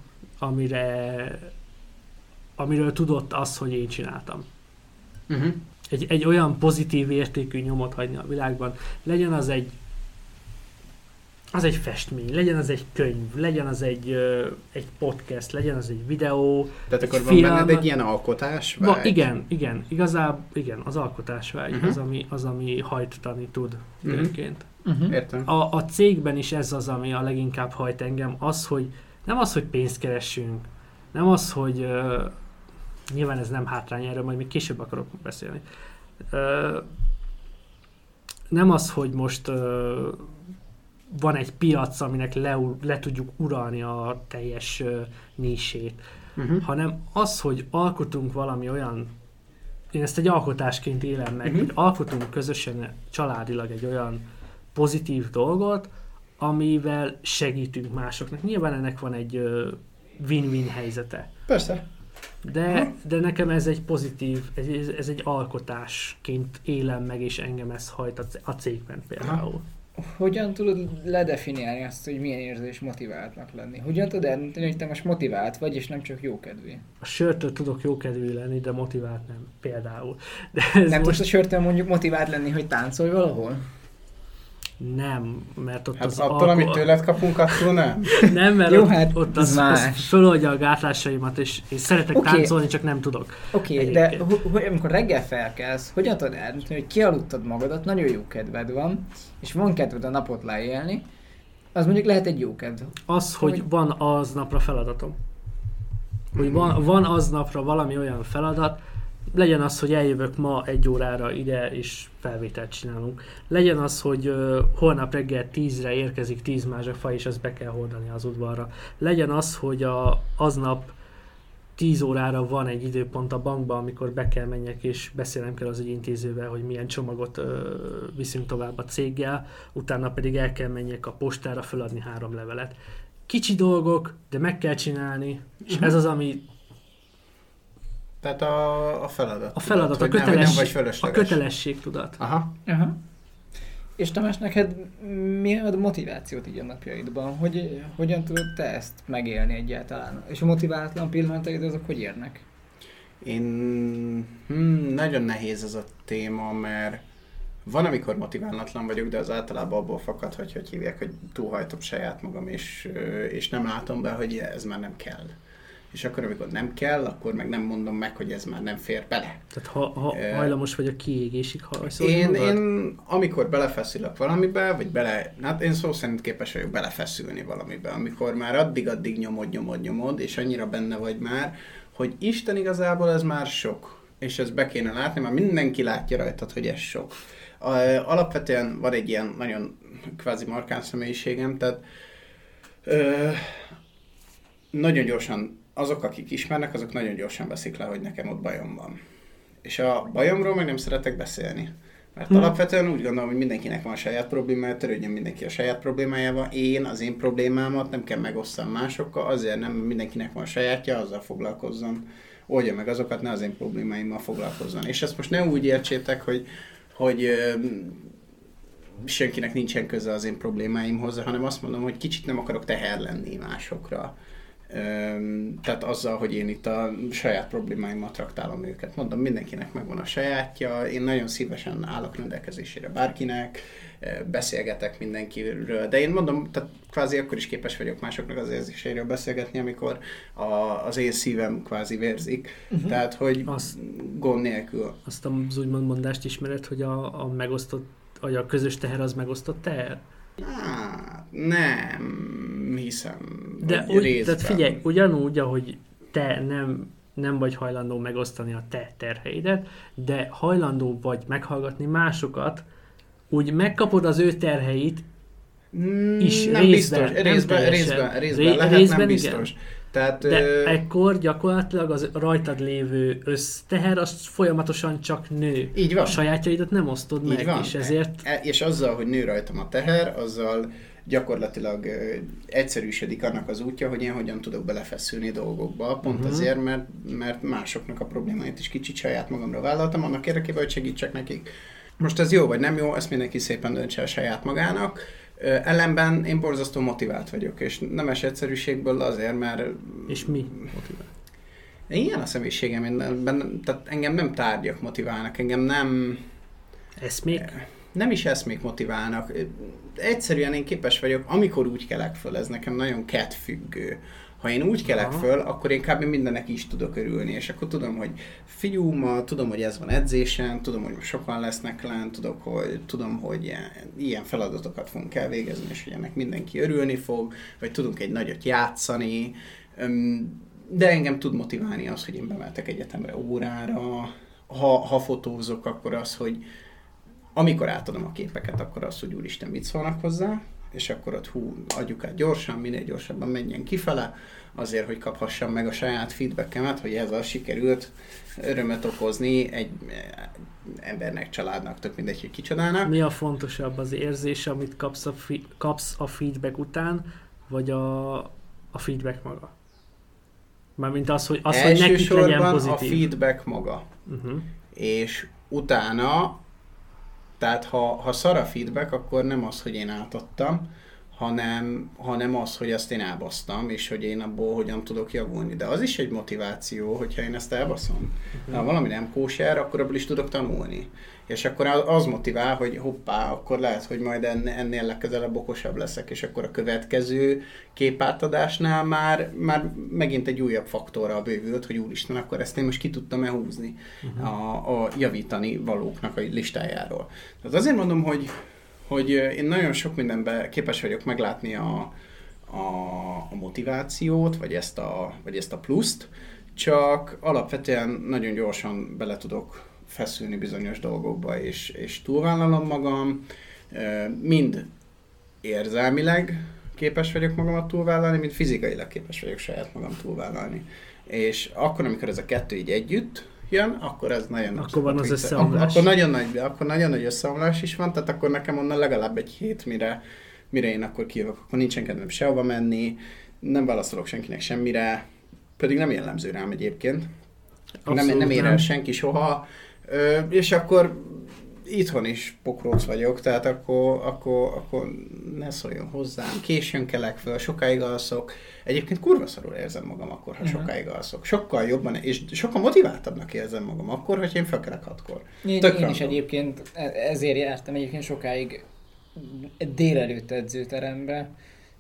amiről tudott az, hogy én csináltam. Egy olyan pozitív értékű nyomot hagyni a világban, legyen az egy festmény, legyen az egy könyv, legyen az egy podcast, legyen az egy videó, tehát akkor van benned egy ilyen alkotásvágy? Igen, igazából igen, az alkotásvágy az, ami hajtani tud időnként. Értem. A cégben is ez az, ami a leginkább hajt engem, nem az, hogy pénzt keressünk, nem az, hogy nyilván ez nem hátrány, erről majd még később akarok beszélni. Nem az, hogy most van egy piac, aminek le tudjuk uralni a teljes nisét, hanem az, hogy alkotunk valami olyan, én ezt egy alkotásként élem meg, hogy alkotunk közösen, családilag egy olyan pozitív dolgot, amivel segítünk másoknak. Nyilván ennek van egy win-win helyzete. Persze. De nekem ez egy pozitív, ez egy alkotásként élem meg, és engem ez hajt a cégben például. Hogyan tudod ledefiniálni azt, hogy milyen érzés motiváltnak lenni? Hogyan tudod eldönteni, hogy te most motivált vagy, és nem csak jókedvű? A sörtől tudok jókedvű lenni, de motivált nem, például. De nem tudsz a sörtől mondjuk motivált lenni, hogy táncolj valahol? Nem, mert ott hát az attól, amit tőled kapunk, attól nem. Nem, mert jó, ott az föloldja a gátlásaimat, és én szeretek táncolni, csak nem tudok. Oké, de amikor reggel felkelsz, hogyan tudod eldönteni, hogy kialudtad magadat, nagyon jó kedved van, és van kedved a napot leélni, az mondjuk lehet egy jó kedv. Az, hogy van aznapra feladatom. Hogy van aznapra valami olyan feladat, legyen az, hogy eljövök ma 1 órára ide, és felvételt csinálunk. Legyen az, hogy holnap reggel 10-re érkezik 10 mázsafaj, és azt be kell hordani az udvarra. Legyen az, hogy aznap 10 órára van egy időpont a bankban, amikor be kell menjek és beszélnem kell az ügyintézővel, hogy milyen csomagot viszünk tovább a céggel, utána pedig el kell menjek a postára feladni 3 levelet. Kicsi dolgok, de meg kell csinálni, és ez az, ami... Tehát a feladat. A feladat, a kötelességtudat. Aha. És Tamás, neked mi a motivációt így a napjaidban? Hogyan tudod te ezt megélni egyáltalán? És a motiválatlan pillanataid azok hogy érnek? Nagyon nehéz ez a téma, mert van, amikor motiválatlan vagyok, de az általában abból fakad, hogy hívják, hogy túlhajtom saját magam, és nem látom be, hogy ez már nem kell. És akkor, amikor nem kell, akkor meg nem mondom meg, hogy ez már nem fér bele. Tehát ha hajlamos vagy a kiégésig, én amikor belefeszülök valamibe, vagy hát én szó szerint képes vagyok belefeszülni valamibe, amikor már addig nyomod, és annyira benne vagy már, hogy Isten igazából ez már sok. És ezt be kéne látni, mert mindenki látja rajtad, hogy ez sok. Alapvetően van egy ilyen nagyon kvázi markáns személyiségem, tehát nagyon gyorsan azok, akik ismernek, azok nagyon gyorsan veszik le, hogy nekem ott bajom van. És a bajomról meg nem szeretek beszélni. Mert alapvetően úgy gondolom, hogy mindenkinek van a saját problémája, törődjön mindenki a saját problémájával. Én az én problémámat nem kell megosztam másokkal, azért nem, mindenkinek van a sajátja, azzal foglalkozzon. Oldja meg azokat, ne az én problémáimmal foglalkozzon. És ezt most ne úgy értsétek, hogy senkinek nincsen köze az én problémáimhoz, hanem azt mondom, hogy kicsit nem akarok teher lenni másokra. Tehát azzal, hogy én itt a saját problémáimmal traktálom őket. Mondom, mindenkinek megvan a sajátja, én nagyon szívesen állok rendelkezésére bárkinek, beszélgetek mindenkiről, de én mondom, tehát kvázi akkor is képes vagyok másoknak az érzéseiről beszélgetni, amikor az én szívem kvázi vérzik. Tehát, hogy gond nélkül. Azt az úgymond mondást ismered, hogy a megosztott, vagy a közös teher az megosztott teher? Nem hiszem. De tehát figyelj, ugyanúgy, ahogy te nem vagy hajlandó megosztani a te terheidet, de hajlandó vagy meghallgatni másokat, úgy megkapod az ő terheit is nem részben. Lehet, nem biztos. Tehát, de ekkor gyakorlatilag az rajtad lévő összteher az folyamatosan csak nő. Így van. A sajátjaidat nem osztod így meg, van. És ezért... És azzal, hogy nő rajtam a teher, azzal gyakorlatilag egyszerűsödik annak az útja, hogy én hogyan tudok belefeszülni dolgokba. Pont azért, mert másoknak a problémáit is kicsit saját magamra vállaltam, annak érdekében, hogy segítsek nekik. Most ez jó vagy nem jó, ezt mindenki szépen döntse el saját magának. Ellenben én borzasztó motivált vagyok, és nemes egyszerűségből azért, mert... És mi motivál? Ilyen a személyiségem, tehát engem nem tárgyak motiválnak, engem nem... Eszmék? Nem is eszmék motiválnak. Egyszerűen én képes vagyok, amikor úgy kelek föl, ez nekem nagyon kedvfüggő. Ha én úgy kelek föl, akkor én kb. Mindennek is tudok örülni, és akkor tudom, hogy figyú, ma tudom, hogy ez van edzésen, tudom, hogy sokan lesznek lent, tudom, hogy ilyen feladatokat fogunk elvégezni, és hogy ennek mindenki örülni fog, vagy tudunk egy nagyot játszani, de engem tud motiválni az, hogy én bemeltek egyetemre órára, ha fotózok, akkor az, hogy amikor átadom a képeket, akkor az, hogy úristen, mit szólnak hozzá, és akkor ott adjuk át gyorsan, minél gyorsabban menjen kifele, azért, hogy kaphassam meg a saját feedbackemet, hogy ez a sikerült örömet okozni egy embernek, családnak, tök mindegy, hogy kicsodának. Mi a fontosabb, az érzés, amit kapsz a feedback után, vagy a feedback maga? Mármint az, hogy nekik legyen pozitív. A feedback maga. És utána, tehát ha szar a feedback, akkor nem az, hogy én átadtam, hanem az, hogy ezt én elbasztam, és hogy én abból hogyan tudok javulni. De az is egy motiváció, hogyha én ezt elbaszom. Ha valami nem kóser, akkor abból is tudok tanulni. És akkor az motivál, hogy hoppá, akkor lehet, hogy majd ennél legközelebb okosabb leszek, és akkor a következő képátadásnál már megint egy újabb faktorral bővült, hogy úristen, akkor ezt én most ki tudtam-e húzni a javítani valóknak a listájáról. Tehát azért mondom, hogy én nagyon sok mindenben képes vagyok meglátni a motivációt, vagy ezt a pluszt, csak alapvetően nagyon gyorsan bele tudok feszülni bizonyos dolgokba, és túlvállalom magam, mind érzelmileg képes vagyok magamat túlvállalni, mind fizikailag képes vagyok saját magam túlvállalni. És akkor, amikor ez a kettő így együtt jön, akkor ez nagyon nagy. Akkor van az összeomlás. Akkor nagyon nagy összeomlás is van, tehát akkor nekem onnan legalább egy hét, mire én akkor kijövök. Akkor nincsen kedvem sehova menni, nem válaszolok senkinek semmire, pedig nem jellemző rám egyébként. Nem ér el senki soha, és akkor itthon is pokróc vagyok, tehát akkor ne szóljon hozzám, későn kelek föl, sokáig alszok. Egyébként kurva szarul érzem magam akkor, ha sokáig alszok. Sokkal jobban, és sokkal motiváltabbnak érzem magam akkor, hogy én felkelek 6-kor. Én is egyébként ezért jártam egyébként sokáig délelőtt edzőterembe,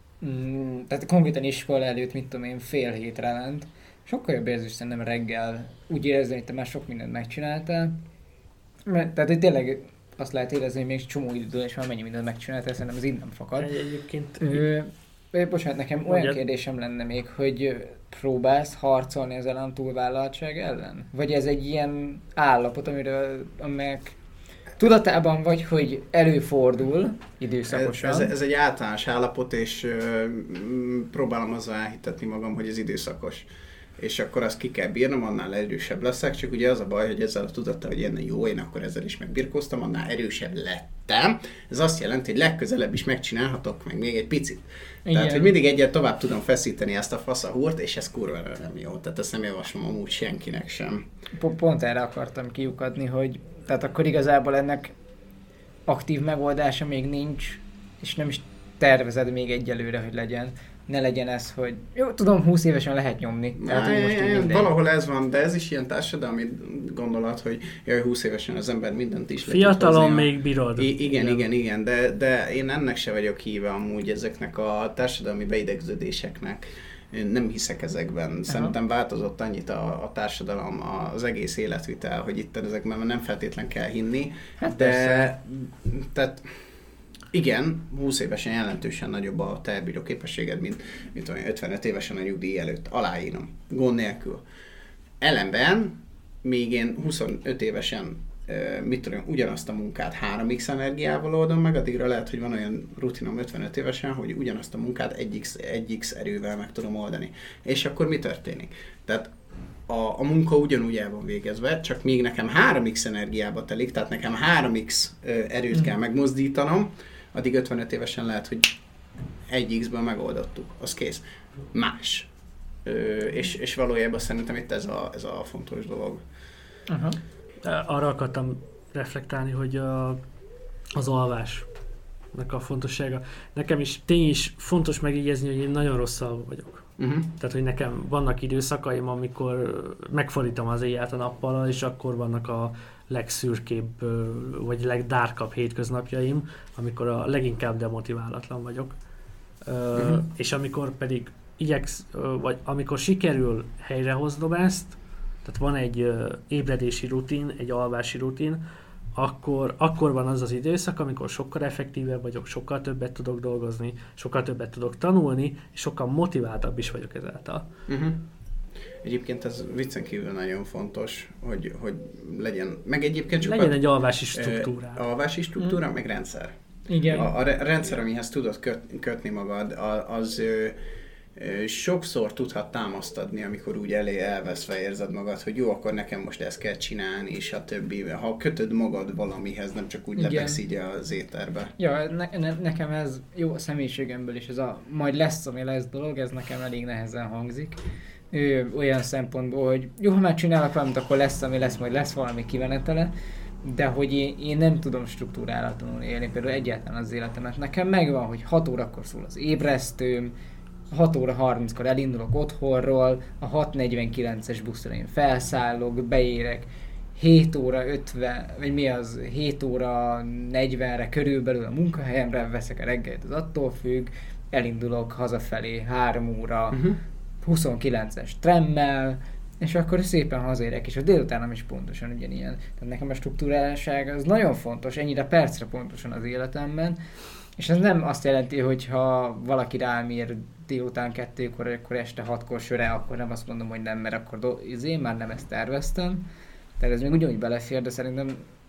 tehát konkrétan iskola előtt, mit tudom én, fél hétre ment. Sokkal jobb érzés szerintem reggel úgy érezni, hogy te már sok mindent megcsináltál. Tehát, hogy tényleg azt lehet érezni, hogy még csomó idő, és már mennyi mindent megcsináltál, szerintem ez innen fakad. Egyébként... Bocsánat, nekem olyan kérdésem lenne még, hogy próbálsz harcolni ezzel a túlvállaltság ellen? Vagy ez egy ilyen állapot, amelyek tudatában vagy, hogy előfordul időszakosan? Ez egy általános állapot, és próbálom azzal elhitetni magam, hogy ez időszakos. És akkor azt ki kell bírnom, annál erősebb leszek, csak ugye az a baj, hogy ezzel a tudattal, hogy ennél jó, én akkor ezzel is megbirkóztam, annál erősebb lettem. Ez azt jelenti, hogy legközelebb is megcsinálhatok meg még egy picit. Igen. Tehát, hogy mindig egyet tovább tudom feszíteni ezt a faszahúrt, és ez kurva nem jó. Tehát ezt nem javaslom amúgy senkinek sem. Pont erre akartam kiukadni, hogy tehát akkor igazából ennek aktív megoldása még nincs, és nem is tervezed még egyelőre, hogy legyen. Ne legyen ez, hogy jó, tudom, 20 évesen lehet nyomni. Valahol ez van, de ez is ilyen társadalmi gondolat, hogy jaj, 20 évesen az ember mindent is fiatalon még bírod. Igen, de én ennek se vagyok híve amúgy ezeknek a társadalmi beidegződéseknek. Nem hiszek ezekben. Szerintem változott annyit a társadalom, az egész életvitel, hogy itt ezekben nem feltétlen kell hinni. Hát de tehát igen, 20 évesen jelentősen nagyobb a teherbíró képességed, mint 55 évesen a nyugdíj előtt. Aláírom. Gond nélkül. Ellenben, még én 25 évesen ugyanazt a munkát 3x energiával oldom meg, addigra lehet, hogy van olyan rutinom 55 évesen, hogy ugyanazt a munkát 1x erővel meg tudom oldani. És akkor mi történik? Tehát a munka ugyanúgy el van végezve, csak még nekem 3x energiába telik, tehát nekem 3x erőt kell megmozdítanom, addig 55 évesen lehet, hogy 1x-ből megoldottuk, az kész. Más. És valójában szerintem itt ez a fontos dolog. Aha. Arra akartam reflektálni, hogy az alvásnak a fontossága. Nekem is tény is fontos megjegyezni, hogy én nagyon rossz alvó vagyok. Tehát, hogy nekem vannak időszakaim, amikor megfordítom az éjjelt a nappal, és akkor vannak a legszürkébb, vagy legdárkabb hétköznapjaim, amikor a leginkább demotiválatlan vagyok. És amikor pedig vagy amikor sikerül helyrehoznom ezt, tehát van egy ébredési rutin, egy alvási rutin, akkor van az az időszak, amikor sokkal effektívebb vagyok, sokkal többet tudok dolgozni, sokkal többet tudok tanulni, és sokkal motiváltabb is vagyok ezáltal. Egyébként ez viccen kívül nagyon fontos, hogy legyen, meg egyébként sokat... Legyen egy alvási struktúra. Alvási struktúra, meg rendszer. Igen. A rendszer, amihez tudod kötni magad, az sokszor tudhat támaszt adni, amikor úgy elveszve érzed magad, hogy jó, akkor nekem most ezt kell csinálni, és a többi. Ha kötöd magad valamihez, nem csak úgy lebegsz így az éterbe. Ja, nekem ez jó a személyiségemből is, ez a majd lesz, ami lesz dolog, ez nekem elég nehezen hangzik. Olyan szempontból, hogy jó, ha már csinálok valamit, akkor lesz, ami lesz, majd lesz valami kimenetele, de hogy én nem tudom struktúrálatlanul élni, például egyáltalán az életemet. Nekem megvan, hogy 6 órakor szól az ébresztőm, 6 óra 30-kor elindulok otthonról, a 6:49-es buszra én felszállok, beérek, 7 óra 50, vagy mi az, 7 óra 40-re körülbelül a munkahelyemre, veszek a reggelt, az attól függ, elindulok hazafelé 3 óra 29-es tremmel, és akkor szépen hazérek, és a délutánam is pontosan ugyanilyen. Tehát nekem a struktúráltság az nagyon fontos, ennyire percre pontosan az életemben, és ez nem azt jelenti, hogy ha valaki rám ír délután 2-kor, akkor este 6-kor söre, akkor nem azt mondom, hogy nem, mert akkor én már nem ezt terveztem. Tehát ez még ugyanúgy belefér, de szerintem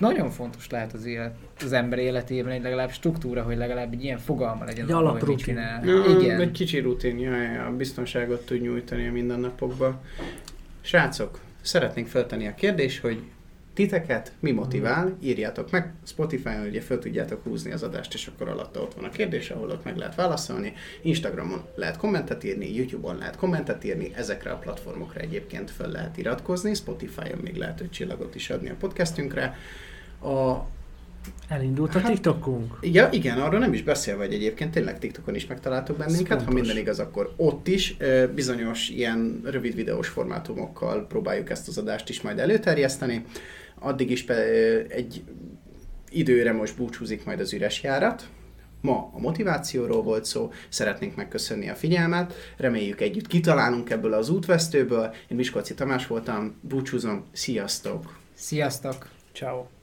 nagyon fontos lehet az ember életében egy legalább struktúra, hogy legalább egy ilyen fogalma legyen. Egy alaprutin. Igen. Egy kicsi rutin, a biztonságot tud nyújtani a mindennapokban. Srácok, szeretnénk feltenni a kérdést, hogy titeket mi motivál, írjátok meg, Spotify-on ugye fel tudjátok húzni az adást, és akkor alatta ott van a kérdés, ahol ott meg lehet válaszolni. Instagramon lehet kommentet írni, YouTube-on lehet kommentet írni, ezekre a platformokra egyébként fel lehet iratkozni, Spotify-on még lehet 5 csillagot is adni a podcastünkre. Elindult a TikTokunk. Ja, igen, arról nem is beszélve, hogy egyébként tényleg TikTokon is megtaláltok bennünket, ha minden igaz, akkor ott is bizonyos ilyen rövid videós formátumokkal próbáljuk ezt az adást is majd előterjeszteni. Addig is egy időre most búcsúzik majd az üres járat. Ma a motivációról volt szó, szeretnénk megköszönni a figyelmet, reméljük együtt kitalálunk ebből az útvesztőből. Én Miskolci Tamás voltam, búcsúzom, sziasztok! Sziasztok! Ciao.